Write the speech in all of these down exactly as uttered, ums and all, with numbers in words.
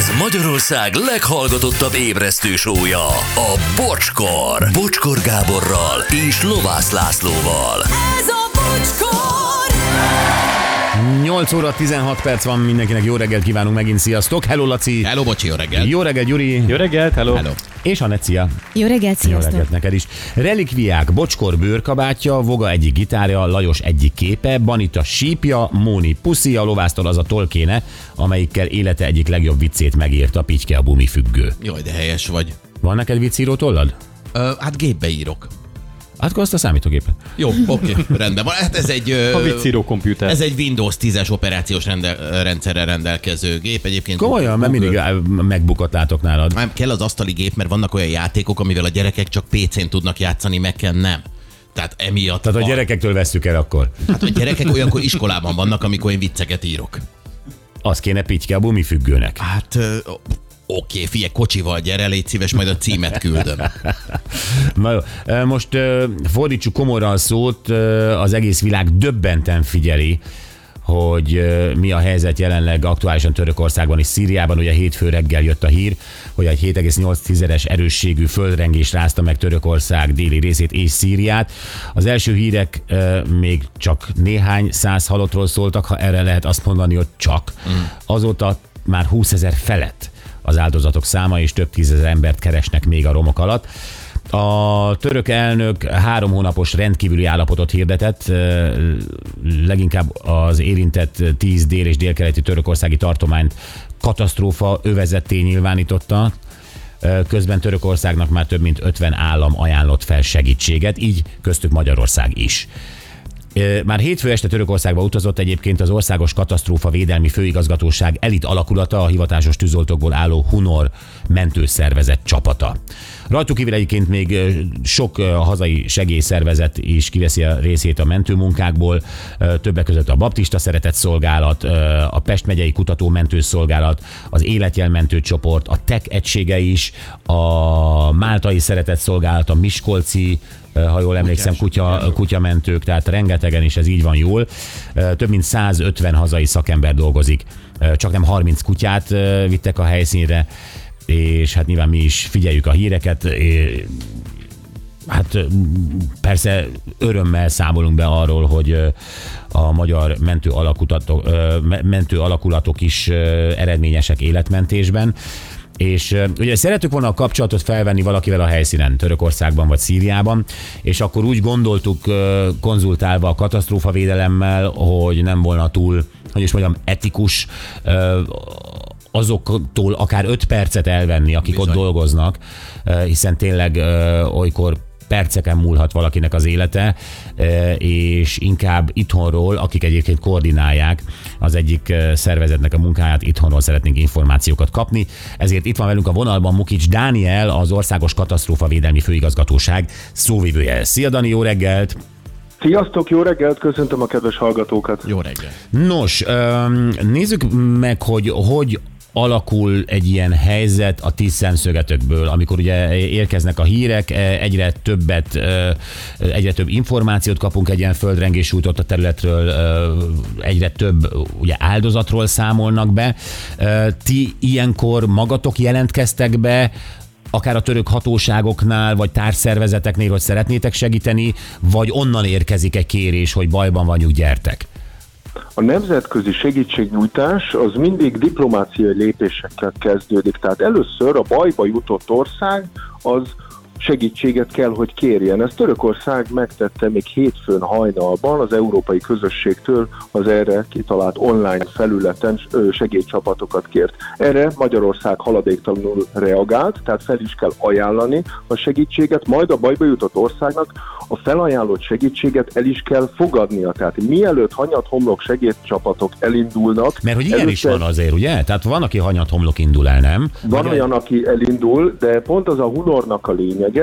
Ez Magyarország leghallgatottabb ébresztő show-ja, a Bocskor. Bocskor Gáborral és Lovász Lászlóval. Ez a Bocskor! nyolc óra tizenhat perc van, mindenkinek jó reggelt kívánunk megint, sziasztok! Hello Laci! Hello Bocsi, jó reggelt! Jó reggelt Gyuri! Jó reggelt, hello! Hello. És Anett, szia! Jó reggelt, Jó sziasztok! reggelt neked is! Relikviák, Bocskor bőrkabátja, Voga egyik gitárja, Lajos egyik képe, Banita sípja, Móni puszi, a Lovásztól az a tolkéne, amelyikkel élete egyik legjobb viccét megírta, Pityke a bumifüggő. Jaj, de helyes vagy. Van neked viccíró tollad? Ö, hát gépbe írok. Hát akkor azt a számítógépet. Jó, oké, rendben van. Hát ez egy... A viccíró komputer. Ez egy Windows tízes operációs rendel, rendszerrel rendelkező gép. Egyébként Komolyan, mert mindig megbukott látok nálad. Nem kell az asztali gép, mert vannak olyan játékok, amivel a gyerekek csak pé cén tudnak játszani, meg kell nem. Tehát emiatt... Tehát a van. gyerekektől vesszük el akkor. Hát a gyerekek olyankor iskolában vannak, amikor én vicceket írok. Az kéne Pityke a bumifüggőnek. Hát... Ö, Oké, okay, figyelj, kocsival gyere, légy szíves, majd a címet küldöm. Na jó, most fordítsuk komorra a szót, az egész világ döbbenten figyeli, hogy mi a helyzet jelenleg aktuálisan Törökországban és Szíriában. Ugye hétfő reggel jött a hír, hogy egy hét egész nyolc tizedes erősségű földrengés rázta meg Törökország déli részét és Szíriát. Az első hírek még csak néhány száz halottról szóltak, ha erre lehet azt mondani, hogy csak. Mm. Azóta már húszezer felett az áldozatok száma, és több tízezer embert keresnek még a romok alatt. A török elnök három hónapos rendkívüli állapotot hirdetett, leginkább az érintett tíz dél- és délkeleti törökországi tartományt katasztrófa övezetté nyilvánította. Közben Törökországnak már több mint ötven állam ajánlott fel segítséget, így köztük Magyarország is. Már hétfő este Törökországba utazott egyébként az Országos Katasztrófa Védelmi Főigazgatóság elit alakulata, a hivatásos tűzoltókból álló Hunor mentőszervezet csapata. Rajtuk kívül egyébként még sok hazai segélyszervezet is kiveszi a részét a mentőmunkákból, többek között a Baptista Szeretett Szolgálat, a Pest megyei Kutató Mentőszolgálat, az Életjelmentő csoport, a TEK egysége is, a Máltai Szeretett Szolgálat, a Miskolci, ha jól emlékszem, kutya, kutyamentők, tehát rengetegen is ez így van jól. Több mint százötven hazai szakember dolgozik. Csak nem harminc kutyát vittek a helyszínre, és hát nyilván mi is figyeljük a híreket. Hát persze örömmel számolunk be arról, hogy a magyar mentő, mentő alakulatok is eredményesek életmentésben. És ugye szeretük volna a kapcsolatot felvenni valakivel a helyszínen, Törökországban vagy Szíriában, és akkor úgy gondoltuk, konzultálva a katasztrófavédelemmel, hogy nem volna túl, hogy is mondjam, etikus azoktól akár öt percet elvenni, akik Bizony. ott dolgoznak, hiszen tényleg olykor perceken múlhat valakinek az élete, és inkább itthonról, akik egyébként koordinálják az egyik szervezetnek a munkáját, itthonról szeretnénk információkat kapni. Ezért itt van velünk a vonalban Mukics Dániel, az Országos Katasztrófavédelmi Főigazgatóság szóvivője. Szia Dani, jó reggelt! Sziasztok, jó reggelt, köszöntöm a kedves hallgatókat! Jó reggelt! Nos, nézzük meg, hogy hogy alakul egy ilyen helyzet a ti szemszögetökből, amikor ugye érkeznek a hírek, egyre többet, egyre több információt kapunk egy ilyen földrengés útott a területről, egyre több ugye áldozatról számolnak be. Ti ilyenkor magatok jelentkeztek be, akár a török hatóságoknál, vagy társszervezeteknél, hogy szeretnétek segíteni, vagy onnan érkezik egy kérés, hogy bajban vagyunk, gyertek? A nemzetközi segítségnyújtás az mindig diplomáciai lépésekkel kezdődik. Tehát először a bajba jutott ország az segítséget kell, hogy kérjen. Ezt Törökország megtette még hétfőn hajnalban az európai közösségtől az erre kitalált online felületen segélycsapatokat kért. Erre Magyarország haladéktalanul reagált, tehát fel is kell ajánlani a segítséget, majd a bajba jutott országnak a felajánlott segítséget el is kell fogadnia. Tehát mielőtt hanyathomlok segélycsapatok elindulnak... Mert hogy ilyen először... is van azért, ugye? Tehát van, aki hanyathomlok indul el, nem? Van Magyar... olyan, aki elindul, de pont az a Hunornak a lényege,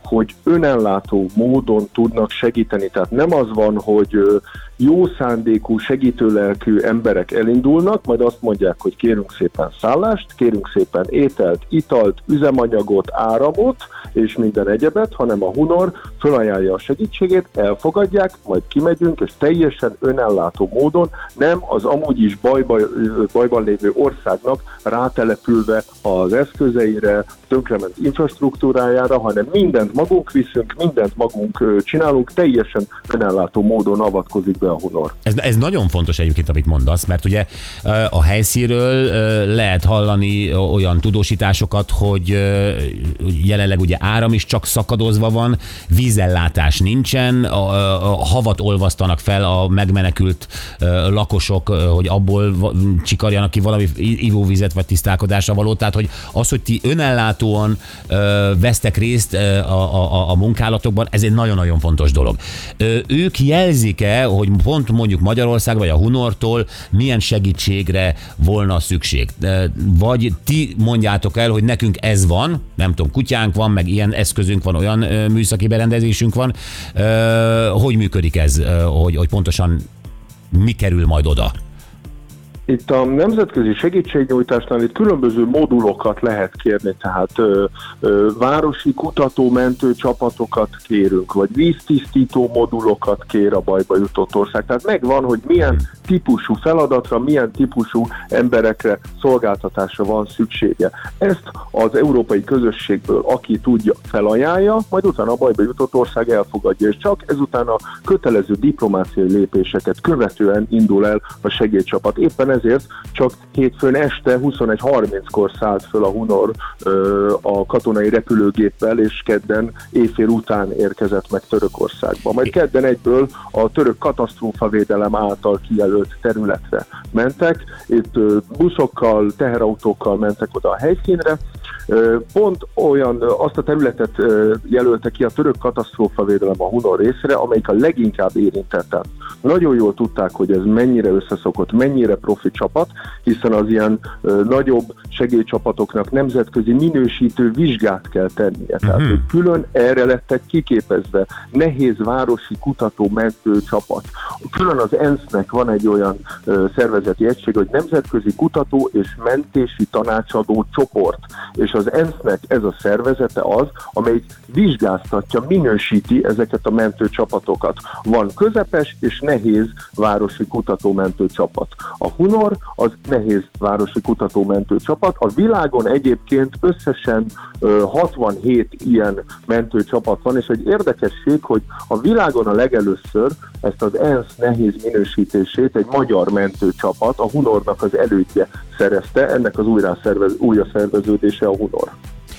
hogy önellátó módon tudnak segíteni. Tehát nem az van, hogy jó szándékú, segítőlelkű emberek elindulnak, majd azt mondják, hogy kérünk szépen szállást, kérünk szépen ételt, italt, üzemanyagot, áramot, és minden egyebet, hanem a Hunor felajánlja a segítségét, elfogadják, majd kimegyünk, és teljesen önellátó módon, nem az amúgy is bajban, bajban lévő országnak rátelepülve az eszközeire, tönkrement infrastruktúrájára, hanem mindent magunk viszünk, mindent magunk csinálunk, teljesen önellátó módon avatkozik be a Hunor. Ez, ez nagyon fontos egyébként, amit mondasz, mert ugye a helyszínről lehet hallani olyan tudósításokat, hogy jelenleg ugye áram is csak szakadozva van, vízellátás nincsen, a, a havat olvasztanak fel a megmenekült lakosok, hogy abból csikarjanak ki valami ivóvizet vagy tisztálkodásra való. Tehát, hogy az, hogy ti önellátóan vesztek részt a, a, a munkálatokban, ez egy nagyon-nagyon fontos dolog. Ők jelzik-e, hogy pont mondjuk Magyarország vagy a Hunortól milyen segítségre volna szükség? Vagy ti mondjátok el, hogy nekünk ez van, nem tudom, kutyánk van, meg ilyen eszközünk van, olyan műszaki berendezésünk van. Hogy működik ez, hogy, hogy pontosan mi kerül majd oda? Itt a nemzetközi segítségnyújtásnál itt különböző modulokat lehet kérni, tehát ö, ö, városi kutató-mentő csapatokat kérünk, vagy víztisztító modulokat kér a bajba jutott ország. Tehát megvan, hogy milyen típusú feladatra, milyen típusú emberekre, szolgáltatásra van szüksége. Ezt az európai közösségből, aki tudja, felajánlja, majd utána a bajba jutott ország elfogadja, és csak ezután a kötelező diplomáciai lépéseket követően indul el a segélycsapat. Éppen ezért csak hétfőn este huszonegy harminckor szállt föl a Hunor ö, a katonai repülőgéppel, és kedden éjfél után érkezett meg Törökországba. Majd kedden egyből a török katasztrófavédelem által kijelölt területre mentek. Itt ö, buszokkal, teherautókkal mentek oda a helyszínre. Pont olyan, azt a területet jelölte ki a török katasztrófavédelem a Hunor részre, amelyik a leginkább érintett. Nagyon jól tudták, hogy ez mennyire összeszokott, mennyire profi csapat, hiszen az ilyen nagyobb segélycsapatoknak nemzetközi minősítő vizsgát kell tennie. Tehát uh-huh. külön erre lettek kiképezve. Nehéz városi kutató-mentő csapat. Külön az ENSZ-nek van egy olyan szervezeti egység, hogy nemzetközi kutató és mentési tanácsadó csoport. És az ENSZ-nek ez a szervezete az, amelyik vizsgáztatja, minősíti ezeket a mentőcsapatokat. Van közepes és nehéz városi kutatómentő csapat. A Hunor az nehéz városi kutatómentő csapat. A világon egyébként összesen ö, hatvanhét ilyen mentőcsapat van, és egy érdekesség, hogy a világon a legelőször ezt az ENSZ nehéz minősítését egy magyar mentőcsapat, a Hunornak az elődje szerezte, ennek az újraszervez, újraszerveződése a Hunor.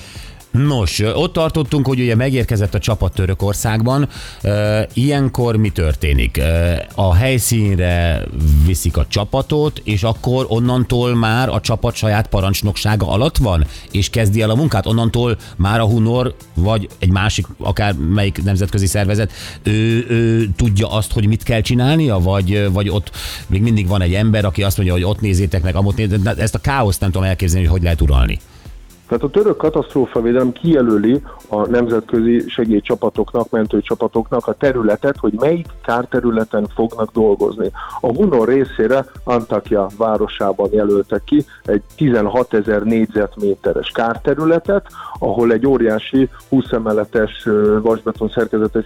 Nos, ott tartottunk, hogy ugye megérkezett a csapat Törökországban. Ilyenkor mi történik? A helyszínre viszik a csapatot, és akkor onnantól már a csapat saját parancsnoksága alatt van, és kezdi el a munkát. Onnantól már a Hunor, vagy egy másik, akár melyik nemzetközi szervezet, ő, ő tudja azt, hogy mit kell csinálnia, vagy, vagy ott még mindig van egy ember, aki azt mondja, hogy ott nézzétek meg, amott nézzétek. Ezt a káoszt nem tudom elképzelni, hogy hogy lehet uralni. Tehát a török katasztrófavédelem kijelöli a nemzetközi segélycsapatoknak, mentőcsapatoknak a területet, hogy melyik kárterületen fognak dolgozni. A Hunor részére Antakya városában jelöltek ki egy tizenhatezer négyzetméteres kárterületet, ahol egy óriási húsz emeletes vasbeton szerkezetes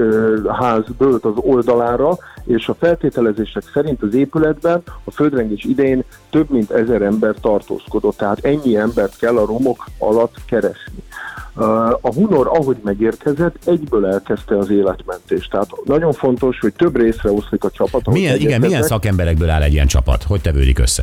ház dőlt az oldalára, és a feltételezések szerint az épületben a földrengés idején több mint ezer ember tartózkodott, tehát ennyi embert kell a romok alatt keresni. A Hunor, ahogy megérkezett, egyből elkezdte az életmentést. Tehát nagyon fontos, hogy több részre oszlik a csapat. Milyen, igen, milyen szakemberekből áll egy ilyen csapat? Hogy tevődik össze?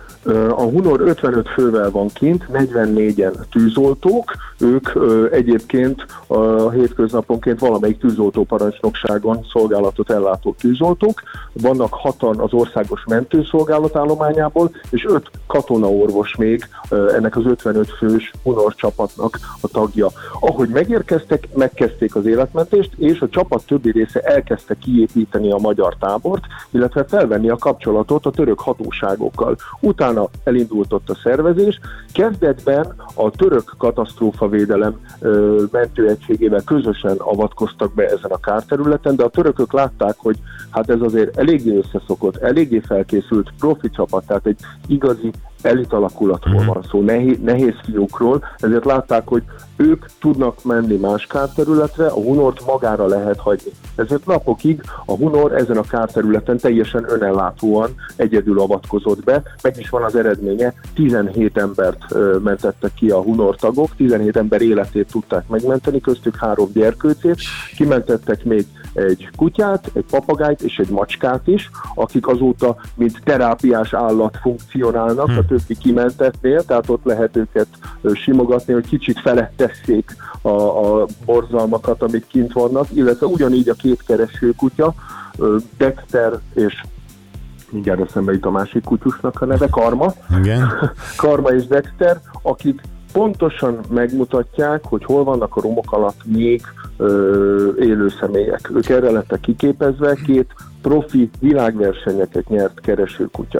A Hunor ötvenöt fővel van kint, negyvennégyen tűzoltók, ők ö, egyébként a hétköznaponként valamelyik tűzoltó parancsnokságon szolgálatot ellátó tűzoltók, vannak hatan az országos mentőszolgálat állományából, és öt katonaorvos még ö, ennek az ötvenöt fős Hunor csapatnak a tagja. Ahogy megérkeztek, megkezdték az életmentést, és a csapat többi része elkezdte kiépíteni a magyar tábort, illetve felvenni a kapcsolatot a török hatóságokkal. Utána utána elindult ott a szervezés. Kezdetben a török katasztrófavédelem ö, mentőegységével közösen avatkoztak be ezen a kárterületen, de a törökök látták, hogy hát ez azért eléggé összeszokott, eléggé felkészült profi csapat, tehát egy igazi elit alakulatról van szó, nehéz, nehéz fiúkról, ezért látták, hogy ők tudnak menni más kárterületre, a Hunort magára lehet hagyni. Ezért napokig a Hunor ezen a kárterületen teljesen önellátóan egyedül avatkozott be, meg is van az eredménye, tizenhét embert ö, mentettek ki a Hunor tagok, tizenhét ember életét tudták megmenteni, köztük három gyerkőcét, kimentettek még egy kutyát, egy papagájt és egy macskát is, akik azóta mint terápiás állat funkcionálnak, a többi kimentetnél, tehát ott lehet őket simogatni, hogy kicsit felettesszék a, a borzalmakat, amik kint vannak, illetve ugyanígy a két kereső kutya, Dexter és mindjárt eszembe jut a másik kutyusnak a neve, Karma. Igen. Karma és Dexter, akik pontosan megmutatják, hogy hol vannak a romok alatt még ö, élő személyek. Ők erre lettek kiképezve, két profi világversenyeket nyert keresőkutya.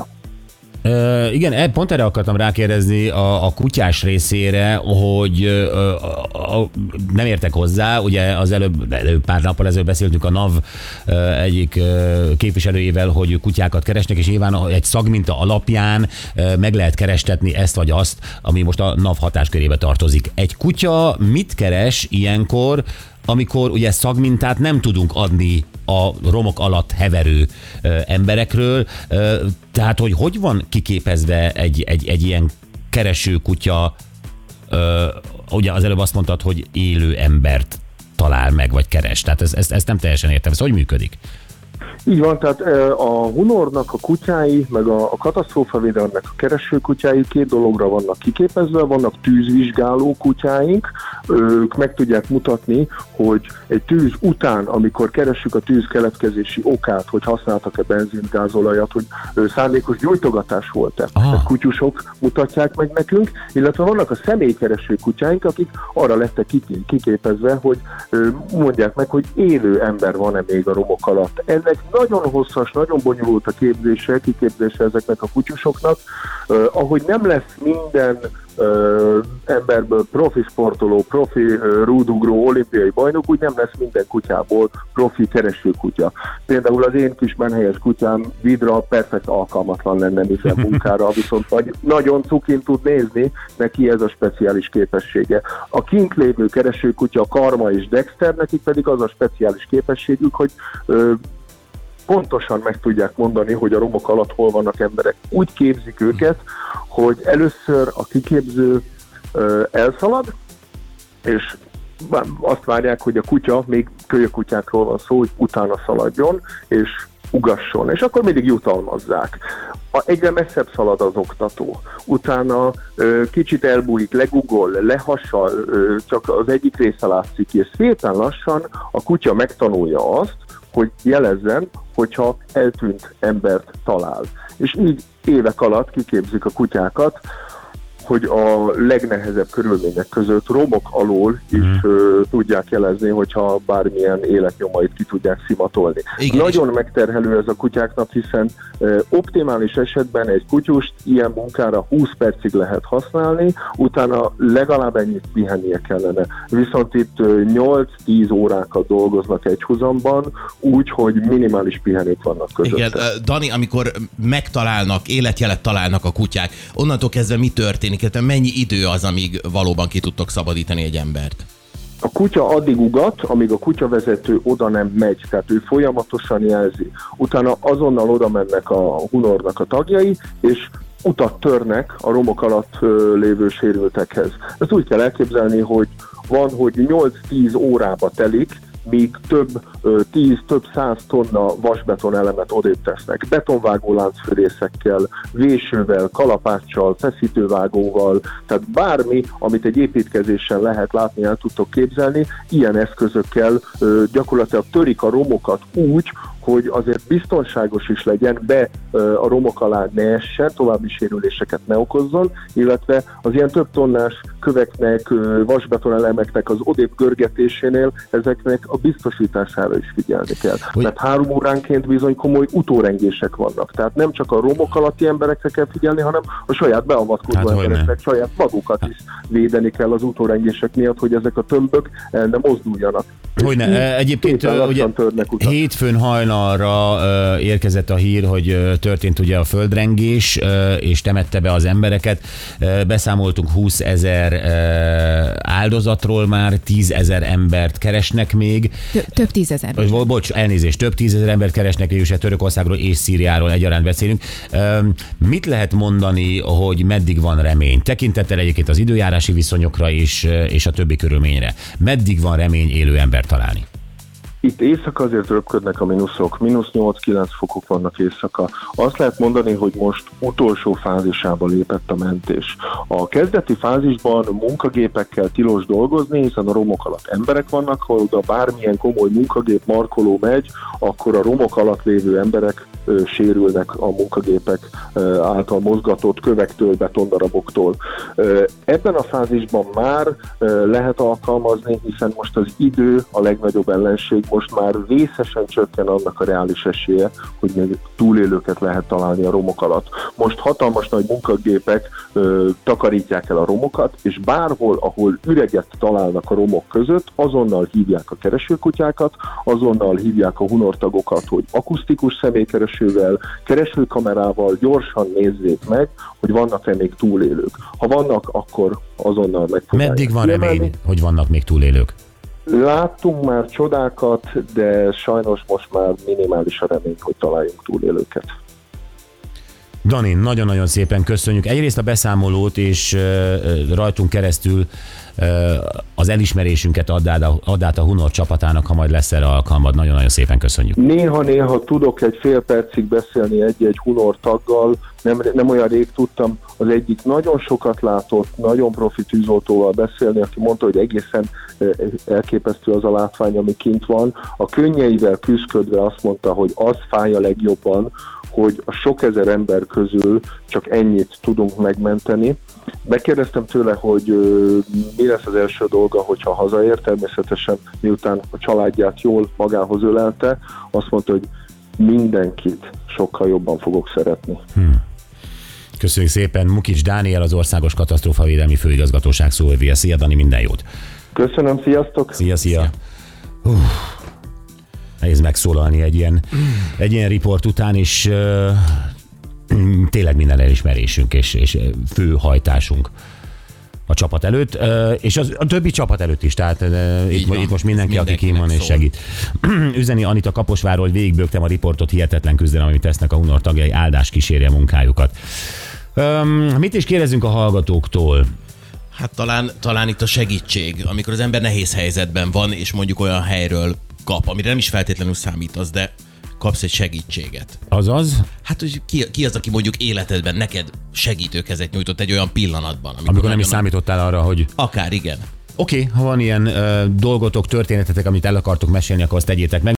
Uh, igen, pont erre akartam rákérdezni a, a kutyás részére, hogy uh, a, a, nem értek hozzá, ugye az előbb, előbb pár nappal ezelőtt beszéltünk a NAV uh, egyik uh, képviselőjével, hogy kutyákat keresnek, és nyilván egy szagminta alapján uh, meg lehet kerestetni ezt vagy azt, ami most a NAV hatáskörébe tartozik. Egy kutya mit keres ilyenkor, amikor ugye szagmintát nem tudunk adni a romok alatt heverő ö, emberekről, ö, tehát hogy hogy van kiképezve egy, egy, egy ilyen keresőkutya, ö, ugye az előbb azt mondtad, hogy élő embert talál meg, vagy keres, tehát ezt, ezt, ezt nem teljesen értem, ez hogy működik? Így van, tehát a Hunornak a kutyái, meg a, a katasztrófavédelemnek a keresőkutyái két dologra vannak kiképezve, vannak tűzvizsgáló kutyáink, ők meg tudják mutatni, hogy egy tűz után, amikor keressük a tűz keletkezési okát, hogy használtak-e benzint, gázolajat, hogy szándékos gyújtogatás volt-e. Ah. Ezt kutyusok mutatják meg nekünk, illetve vannak a személykereső kutyáink, akik arra lettek kiképezve, hogy mondják meg, hogy élő ember van-e még a romok alatt. Ennek nagyon hosszas, nagyon bonyolult a képzése, kiképzése ezeknek a kutyusoknak, uh, ahogy nem lesz minden uh, emberből profi sportoló, profi uh, rúdugró, olimpiai bajnok, úgy nem lesz minden kutyából profi keresőkutya. Például az én kis menhelyes kutyám Vidra perfekt alkalmatlan lenne minden munkára, viszont vagy nagyon cukin tud nézni, neki ez a speciális képessége. A kint lévő keresőkutya, Karma és Dexter, nekik pedig az a speciális képességük, hogy uh, pontosan meg tudják mondani, hogy a romok alatt hol vannak emberek. Úgy képzik őket, hogy először a kiképző ö, elszalad, és azt várják, hogy a kutya, még kölyökutyákról van szó, hogy utána szaladjon, és ugasson, és akkor mindig jutalmazzák. A, egyre messzebb szalad az oktató. Utána ö, kicsit elbújik, legugol, lehassal, ö, csak az egyik része látszik, és szépen lassan a kutya megtanulja azt, hogy jelezzen, hogyha eltűnt embert talál. És így évek alatt kiképzik a kutyákat, hogy a legnehezebb körülmények között romok alól is mm. ö, tudják jelezni, hogyha bármilyen életnyomait ki tudják szimatolni. Igen, nagyon megterhelő ez a kutyáknak, hiszen ö, optimális esetben egy kutyust ilyen munkára húsz percig lehet használni, utána legalább ennyit pihennie kellene. Viszont itt ö, nyolc-tíz órákat dolgoznak egy huzamban, úgy, hogy minimális pihenők vannak között. Igen, Dani, amikor megtalálnak, életjelet találnak a kutyák, onnantól kezdve mi történik? Mennyi idő az, amíg valóban ki tudtok szabadítani egy embert? A kutya addig ugat, amíg a kutyavezető oda nem megy, tehát ő folyamatosan jelzi. Utána azonnal oda mennek a Hunornak a tagjai, és utat törnek a romok alatt lévő sérültekhez. Ezt úgy kell elképzelni, hogy van, hogy nyolc-tíz órába telik, míg több tíz, több száz tonna vasbeton elemet odébb tesznek. Betonvágó láncfűrészekkel, vésővel, kalapáccsal, feszítővágóval, tehát bármi, amit egy építkezésen lehet látni, el tudtok képzelni, ilyen eszközökkel gyakorlatilag törik a romokat úgy, hogy azért biztonságos is legyen, be a romok alá ne essen, további sérüléseket ne okozzon, illetve az ilyen több tonnás köveknek, vasbetonelemeknek az odébb görgetésénél ezeknek a biztosítására is figyelni kell. Hogy... Mert három óránként bizony komoly utórengések vannak. Tehát nem csak a romok alatti emberekre kell figyelni, hanem a saját beavatkozó hát, emberekre, saját magukat is védeni kell az utórengések miatt, hogy ezek a tömbök el nem mozduljanak. Hogyne. Egyébként ugye hétfőn hajnalra érkezett a hír, hogy történt ugye a földrengés, és temette be az embereket. Beszámoltunk húszezer áldozatról már, tízezer embert keresnek még. Több tízezer. Bocs, elnézést, több tízezer embert keresnek, és Törökországról és Szíriáról egyaránt beszélünk. Mit lehet mondani, hogy meddig van remény? Tekintettel egyébként az időjárási viszonyokra is, és a többi körülményre. Meddig van remény élő ember találni? Itt éjszaka azért röpködnek a mínuszok, mínusz nyolc-kilenc fokok vannak éjszaka. Azt lehet mondani, hogy most utolsó fázisába lépett a mentés. A kezdeti fázisban munkagépekkel tilos dolgozni, hiszen a romok alatt emberek vannak, ha oda bármilyen komoly munkagép markoló megy, akkor a romok alatt lévő emberek ö, sérülnek a munkagépek ö, által mozgatott kövektől, betondaraboktól. Ö, ebben a fázisban már ö, lehet alkalmazni, hiszen most az idő a legnagyobb ellenség, most már vészesen csökken annak a reális esélye, hogy még túlélőket lehet találni a romok alatt. Most hatalmas nagy munkagépek ö, takarítják el a romokat, és bárhol, ahol üreget találnak a romok között, azonnal hívják a keresőkutyákat, azonnal hívják a hunortagokat, hogy akusztikus személykeresővel, keresőkamerával gyorsan nézzék meg, hogy vannak-e még túlélők. Ha vannak, akkor azonnal megpróbálják. Meddig van remény, hogy vannak még túlélők? Láttunk már csodákat, de sajnos most már minimális a remény, hogy találjunk túlélőket. Dani, nagyon-nagyon szépen köszönjük. Egyrészt a beszámolót, és uh, rajtunk keresztül uh, az elismerésünket add át, a, add át a Hunor csapatának, ha majd lesz erre alkalmad. Nagyon-nagyon szépen köszönjük. Néha-néha tudok egy fél percig beszélni egy-egy Hunor taggal. Nem, nem olyan rég tudtam az egyik nagyon sokat látott, nagyon profi tűzoltóval beszélni, aki mondta, hogy egészen elképesztő az a látvány, ami kint van. A könnyeivel küzdködve azt mondta, hogy az fáj a legjobban, hogy a sok ezer ember közül csak ennyit tudunk megmenteni. Megkérdeztem tőle, hogy ö, mi lesz az első dolga, hogyha hazaér, természetesen miután a családját jól magához ölelte, azt mondta, hogy mindenkit sokkal jobban fogok szeretni. Hmm. Köszönjük szépen. Mukics Dániel, az Országos Katasztrófavédelmi Főigazgatóság szóvivője. Szia Dani, minden jót! Köszönöm, sziasztok! Szia, szia! szia. Nehéz megszólalni egy ilyen, egy ilyen riport után, és uh, tényleg minden elismerésünk és, és főhajtásunk a csapat előtt, uh, és az, a többi csapat előtt is, tehát uh, itt, itt most mindenki, aki kín van és segít. Üzeni Anita Kaposvárról, végigbögtem a riportot, hihetetlen küzdelem, amit tesznek a Hunor tagjai, áldás kíséri a munkájukat. Um, mit is kérdezünk a hallgatóktól? Hát talán, talán itt a segítség, amikor az ember nehéz helyzetben van, és mondjuk olyan helyről kap, amire nem is feltétlenül számítasz, de kapsz egy segítséget. Azaz? Hát, hogy ki, ki az, aki mondjuk életedben neked segítőkezet nyújtott egy olyan pillanatban. Amikor, amikor nem is számítottál arra, hogy... Akár, igen. Oké, okay, ha van ilyen uh, dolgotok, történetetek, amit el akartok mesélni, akkor azt tegyétek meg.